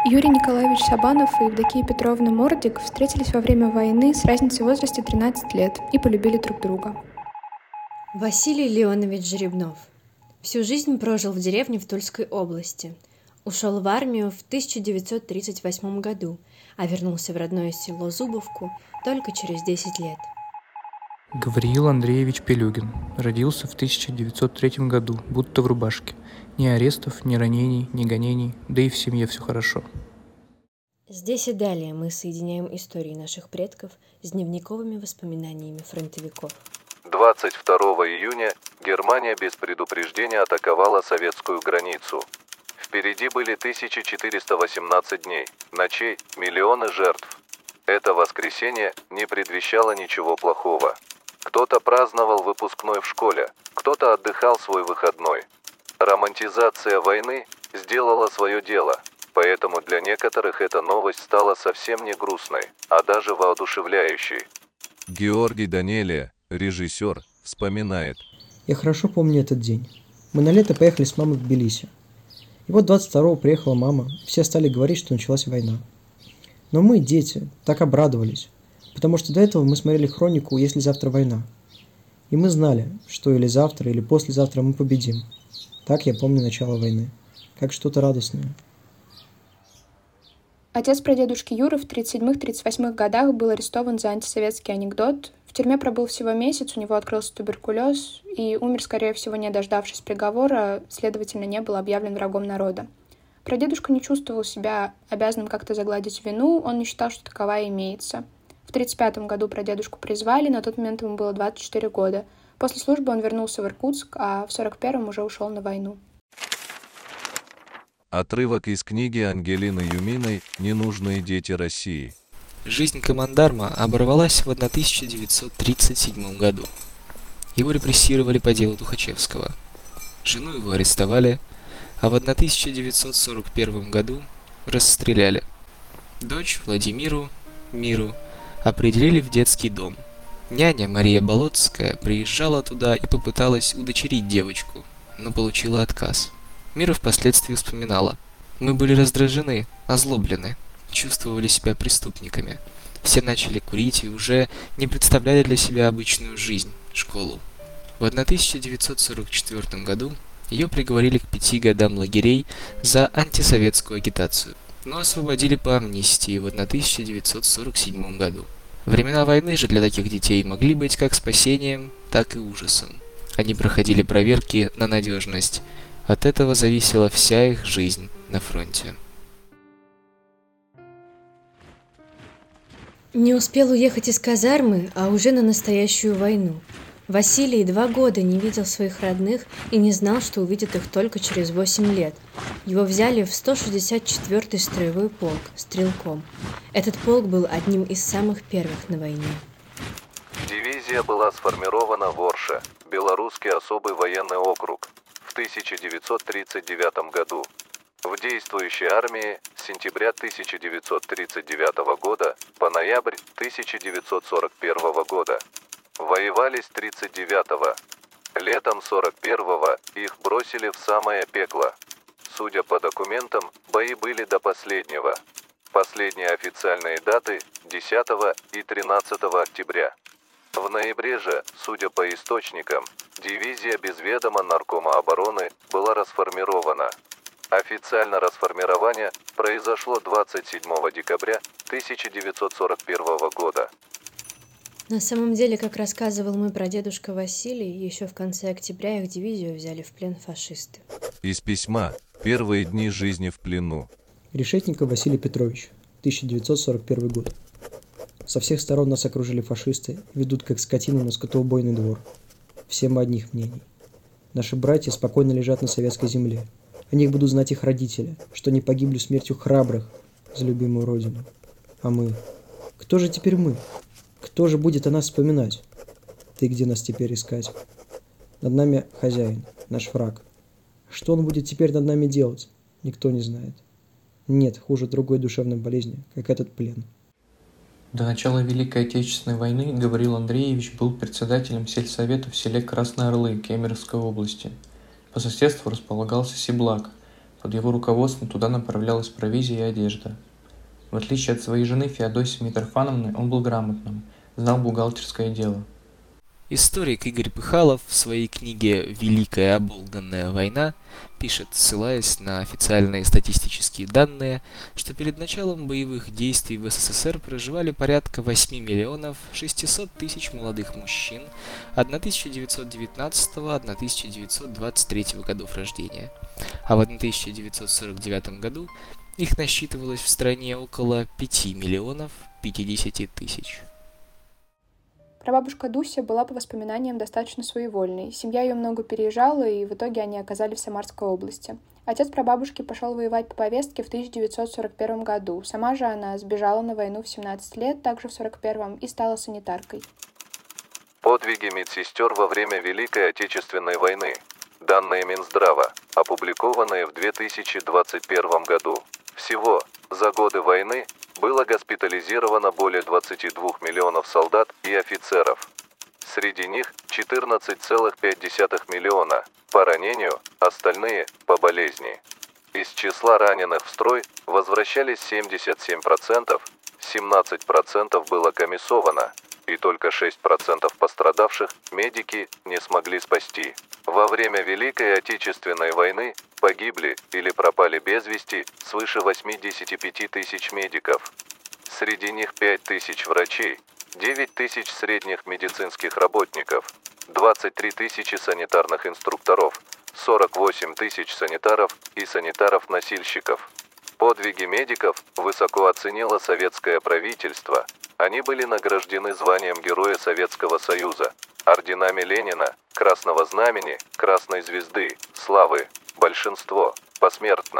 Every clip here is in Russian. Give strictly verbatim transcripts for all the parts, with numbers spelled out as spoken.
Юрий Николаевич Сабанов и Евдокия Петровна Мордик встретились во время войны с разницей в возрасте тринадцать лет и полюбили друг друга. Василий Леонович Жеребнов всю жизнь прожил в деревне в Тульской области. Ушел в армию в тысяча девятьсот тридцать восьмом году, а вернулся в родное село Зубовку только через десять лет. Гавриил Андреевич Пелюгин родился в тысяча девятьсот третьем году, будто в рубашке. Ни арестов, ни ранений, ни гонений, да и в семье все хорошо. Здесь и далее мы соединяем истории наших предков с дневниковыми воспоминаниями фронтовиков. двадцать второго июня Германия без предупреждения атаковала советскую границу. Впереди были тысяча четыреста восемнадцать дней, ночей, миллионы жертв. Это воскресенье не предвещало ничего плохого. Кто-то праздновал выпускной в школе, кто-то отдыхал свой выходной. Романтизация войны сделала свое дело, поэтому для некоторых эта новость стала совсем не грустной, а даже воодушевляющей. Георгий Данелия, режиссер, вспоминает. Я хорошо помню этот день. Мы на лето поехали с мамой в Тбилиси. И вот двадцать второго приехала мама, все стали говорить, что началась война. Но мы, дети, так обрадовались, потому что до этого мы смотрели хронику «Если завтра война». И мы знали, что или завтра, или послезавтра мы победим. Так я помню начало войны, как что-то радостное. Отец прадедушки Юры в тридцать седьмых — тридцать восьмых годах был арестован за антисоветский анекдот. В тюрьме пробыл всего месяц, у него открылся туберкулез и умер, скорее всего, не дождавшись приговора, следовательно, не был объявлен врагом народа. Прадедушка не чувствовал себя обязанным как-то загладить вину, он не считал, что таковая имеется. В тридцать пятом году прадедушку призвали, на тот момент ему было двадцать четыре года. После службы он вернулся в Иркутск, а в сорок первом уже ушел на войну. Отрывок из книги Ангелины Юминой «Ненужные дети России». Жизнь командарма оборвалась в тысяча девятьсот тридцать седьмом году. Его репрессировали по делу Тухачевского. Жену его арестовали, а в тысяча девятьсот сорок первом году расстреляли. Дочь Владимиру, Миру, определили в детский дом. Няня Мария Болотская приезжала туда и попыталась удочерить девочку, но получила отказ. Мира впоследствии вспоминала. Мы были раздражены, озлоблены, чувствовали себя преступниками. Все начали курить и уже не представляли для себя обычную жизнь, школу. В тысяча девятьсот сорок четвёртом году ее приговорили к пяти годам лагерей за антисоветскую агитацию, но освободили по амнистии в тысяча девятьсот сорок седьмом году. Времена войны же для таких детей могли быть как спасением, так и ужасом. Они проходили проверки на надежность. От этого зависела вся их жизнь на фронте. Не успел уехать из казармы, а уже на настоящую войну. Василий два года не видел своих родных и не знал, что увидит их только через восемь лет. Его взяли в сто шестьдесят четвёртый строевой полк, стрелком. Этот полк был одним из самых первых на войне. Дивизия была сформирована в Орше, Белорусский особый военный округ, в тысяча девятьсот тридцать девятом году. В действующей армии с сентября тысяча девятьсот тридцать девятого года по ноябрь тысяча девятьсот сорок первого года. Воевали с тридцать девятого. Летом сорок первого их бросили в самое пекло. Судя по документам, бои были до последнего. Последние официальные даты – десятого и тринадцатого октября. В ноябре же, судя по источникам, дивизия без ведома Наркома обороны была расформирована. Официально расформирование произошло двадцать седьмого декабря тысяча девятьсот сорок первого года. На самом деле, как рассказывал мой прадедушка Василий, еще в конце октября их дивизию взяли в плен фашисты. Из письма «Первые дни жизни в плену». Решетников Василий Петрович, тысяча девятьсот сорок первый год. Со всех сторон нас окружили фашисты, ведут как скотину на скотоубойный двор. Все мы одних мнений. Наши братья спокойно лежат на советской земле. О них будут знать их родители, что они погибли смертью храбрых за любимую родину. А мы? Кто же теперь мы? Кто же будет о нас вспоминать? Ты где нас теперь искать? Над нами хозяин, наш враг. Что он будет теперь над нами делать? Никто не знает. Нет хуже другой душевной болезни, как этот плен. До начала Великой Отечественной войны Гавриил Андреевич был председателем сельсовета в селе Красные Орлы Кемеровской области. По соседству располагался Сиблак, Под его руководством туда направлялась провизия и одежда. В отличие от своей жены Феодосии Митрофановны, он был грамотным, знал бухгалтерское дело. Историк Игорь Пыхалов в своей книге «Великая оболганная война» пишет, ссылаясь на официальные статистические данные, что перед началом боевых действий в СССР проживали порядка восемь миллионов шестьсот тысяч молодых мужчин тысяча девятьсот девятнадцатого — тысяча девятьсот двадцать третьего годов рождения, а в тысяча девятьсот сорок девятом году их насчитывалось в стране около пяти миллионов пятидесяти тысяч. Прабабушка Дуся была, по воспоминаниям, достаточно своевольной. Семья ее много переезжала, и в итоге они оказались в Самарской области. Отец прабабушки пошел воевать по повестке в тысяча девятьсот сорок первом году. Сама же она сбежала на войну в семнадцать лет, также в сорок первом, и стала санитаркой. Подвиги медсестер во время Великой Отечественной войны. Данные Минздрава, опубликованные в две тысячи двадцать первом году. Всего за годы войны было госпитализировано более двадцати двух миллионов солдат и офицеров. Среди них четырнадцать целых пять десятых миллиона по ранению, остальные по болезни. Из числа раненых в строй возвращались семьдесят семь процентов, семнадцать процентов было комиссовано, и только шесть процентов пострадавших медики не смогли спасти. Во время Великой Отечественной войны погибли или пропали без вести свыше восьмидесяти пяти тысяч медиков. Среди них пять тысяч врачей, девять тысяч средних медицинских работников, двадцать три тысячи санитарных инструкторов, сорок восемь тысяч санитаров и санитаров-носильщиков. Подвиги медиков высоко оценило советское правительство. Они были награждены званием Героя Советского Союза, орденами Ленина, Красного Знамени, Красной Звезды, Славы, большинство посмертно.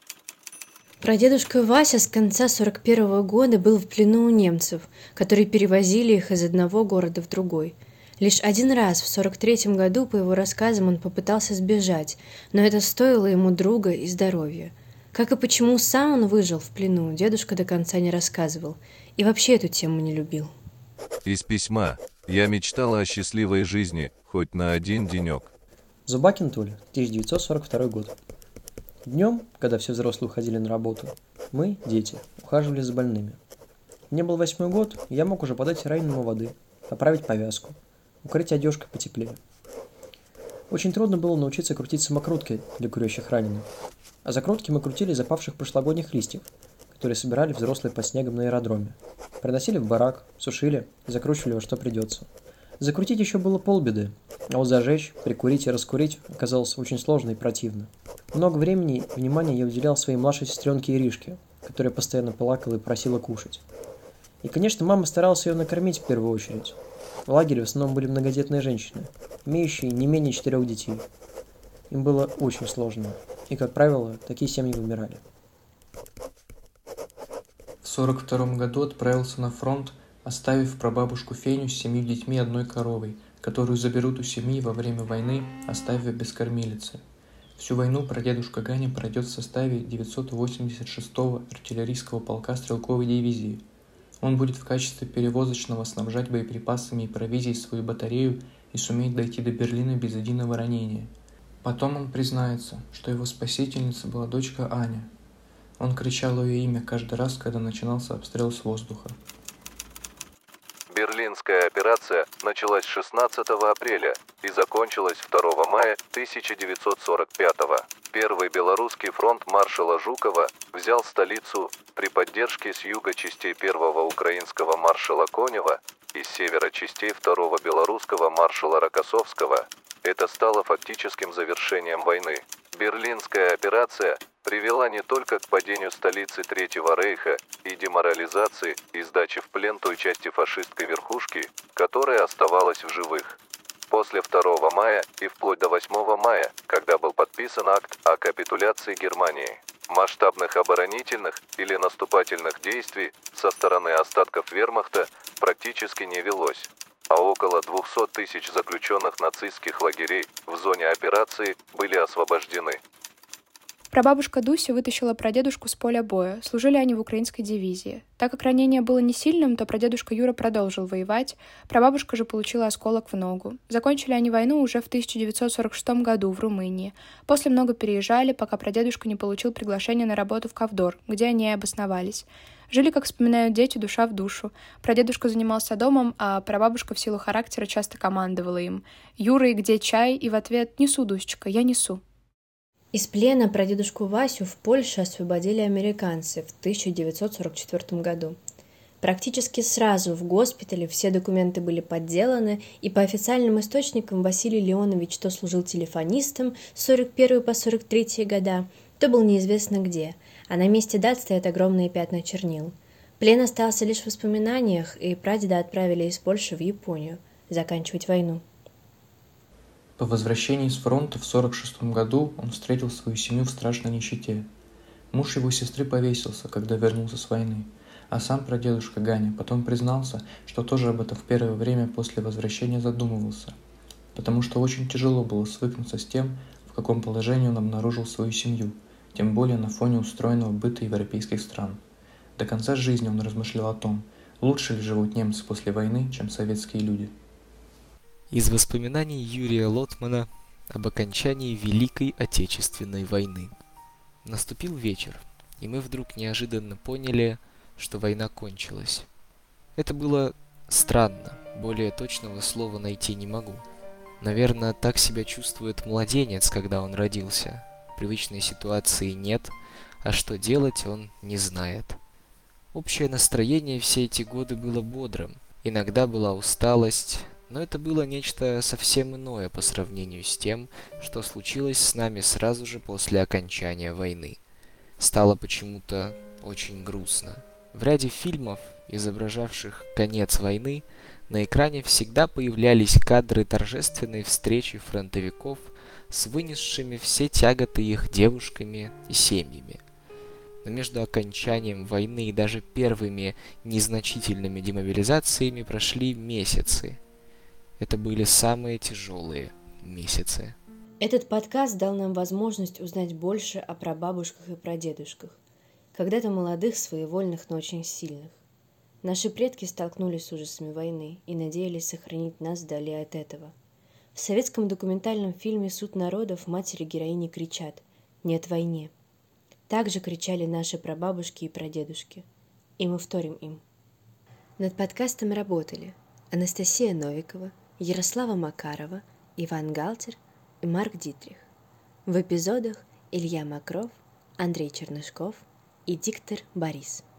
Прадедушка Вася с конца сорок первого года был в плену у немцев, которые перевозили их из одного города в другой. Лишь один раз в сорок третьем году, по его рассказам, он попытался сбежать, но это стоило ему друга и здоровья. Как и почему сам он выжил в плену, дедушка до конца не рассказывал, и вообще эту тему не любил. Из письма. Я мечтала о счастливой жизни, хоть на один денек. Зубакин Толя, тысяча девятьсот сорок второй год. Днем, когда все взрослые уходили на работу, мы, дети, ухаживали за больными. Мне был восьмой год, и я мог уже подать раненому воды, поправить повязку, укрыть одежкой потеплее. Очень трудно было научиться крутить самокрутки для курящих раненых. А закрутки мы крутили из опавших прошлогодних листьев, которые собирали взрослые под снегом на аэродроме. Приносили в барак, сушили и закручивали во что придется. Закрутить еще было полбеды, а вот зажечь, прикурить и раскурить оказалось очень сложно и противно. Много времени и внимания я уделял своей младшей сестренке Иришке, которая постоянно плакала и просила кушать. И, конечно, мама старалась ее накормить в первую очередь. В лагере в основном были многодетные женщины, имеющие не менее четырех детей. Им было очень сложно, и, как правило, такие семьи вымирали. В сорок втором году отправился на фронт, оставив прабабушку Феню с семью детьми и одной коровой, которую заберут у семьи во время войны, оставив без кормилицы. Всю войну прадедушка Ганя пройдет в составе девятьсот восемьдесят шестого артиллерийского полка стрелковой дивизии. Он будет в качестве перевозочного снабжать боеприпасами и провизией свою батарею и сумеет дойти до Берлина без единого ранения. Потом он признается, что его спасительницей была дочка Аня. Он кричал ее имя каждый раз, когда начинался обстрел с воздуха. Берлинская операция началась шестнадцатого апреля и закончилась второго мая тысяча девятьсот сорок пятого. Первый белорусский фронт маршала Жукова взял столицу при поддержке с юга частей первого украинского маршала Конева и с севера частей второго белорусского маршала Рокоссовского. Это стало фактическим завершением войны. Берлинская операция привела не только к падению столицы Третьего Рейха и деморализации и сдаче в плен той части фашистской верхушки, которая оставалась в живых. После второго мая и вплоть до восьмого мая, когда был подписан акт о капитуляции Германии, масштабных оборонительных или наступательных действий со стороны остатков вермахта практически не велось, а около двухсот тысяч заключенных нацистских лагерей в зоне операции были освобождены. Прабабушка Дуся вытащила прадедушку с поля боя. Служили они в украинской дивизии. Так как ранение было не сильным, то прадедушка Юра продолжил воевать. Прабабушка же получила осколок в ногу. Закончили они войну уже в тысяча девятьсот сорок шестом году в Румынии. После много переезжали, пока прадедушка не получил приглашение на работу в Ковдор, где они и обосновались. Жили, как вспоминают дети, душа в душу. Прадедушка занимался домом, а прабабушка в силу характера часто командовала им. «Юра, и где чай?» И в ответ «Несу, Дусечка, я несу». Из плена прадедушку Васю в Польше освободили американцы в тысяча девятьсот сорок четвёртом году. Практически сразу в госпитале все документы были подделаны, и по официальным источникам Василий Леонович то служил телефонистом с сорок первого по сорок третий года, то был неизвестно где, а на месте дат стоят огромные пятна чернил. Плен остался лишь в воспоминаниях, и прадеда отправили из Польши в Японию заканчивать войну. По возвращении с фронта в сорок шестом году он встретил свою семью в страшной нищете. Муж его сестры повесился, когда вернулся с войны, а сам прадедушка Ганя потом признался, что тоже об этом в первое время после возвращения задумывался, потому что очень тяжело было свыкнуться с тем, в каком положении он обнаружил свою семью, тем более на фоне устроенного быта европейских стран. До конца жизни он размышлял о том, лучше ли живут немцы после войны, чем советские люди. Из воспоминаний Юрия Лотмана об окончании Великой Отечественной войны. Наступил вечер, и мы вдруг неожиданно поняли, что война кончилась. Это было странно, более точного слова найти не могу. Наверное, так себя чувствует младенец, когда он родился. Привычной ситуации нет, а что делать он не знает. Общее настроение все эти годы было бодрым. Иногда была усталость, но это было нечто совсем иное по сравнению с тем, что случилось с нами сразу же после окончания войны. Стало почему-то очень грустно. В ряде фильмов, изображавших конец войны, на экране всегда появлялись кадры торжественной встречи фронтовиков с вынесшими все тяготы их девушками и семьями. Но между окончанием войны и даже первыми незначительными демобилизациями прошли месяцы. Это были самые тяжелые месяцы. Этот подкаст дал нам возможность узнать больше о прабабушках и прадедушках, когда-то молодых, своевольных, но очень сильных. Наши предки столкнулись с ужасами войны и надеялись сохранить нас вдали от этого. В советском документальном фильме «Суд народов» матери героини кричат «Нет войне». Также кричали наши прабабушки и прадедушки, и мы вторим им. Над подкастом работали Анастасия Новикова, Ярослава Макарова, Иван Галтер и Марк Дитрих. В эпизодах Илья Макров, Андрей Чернышков и диктор Борис.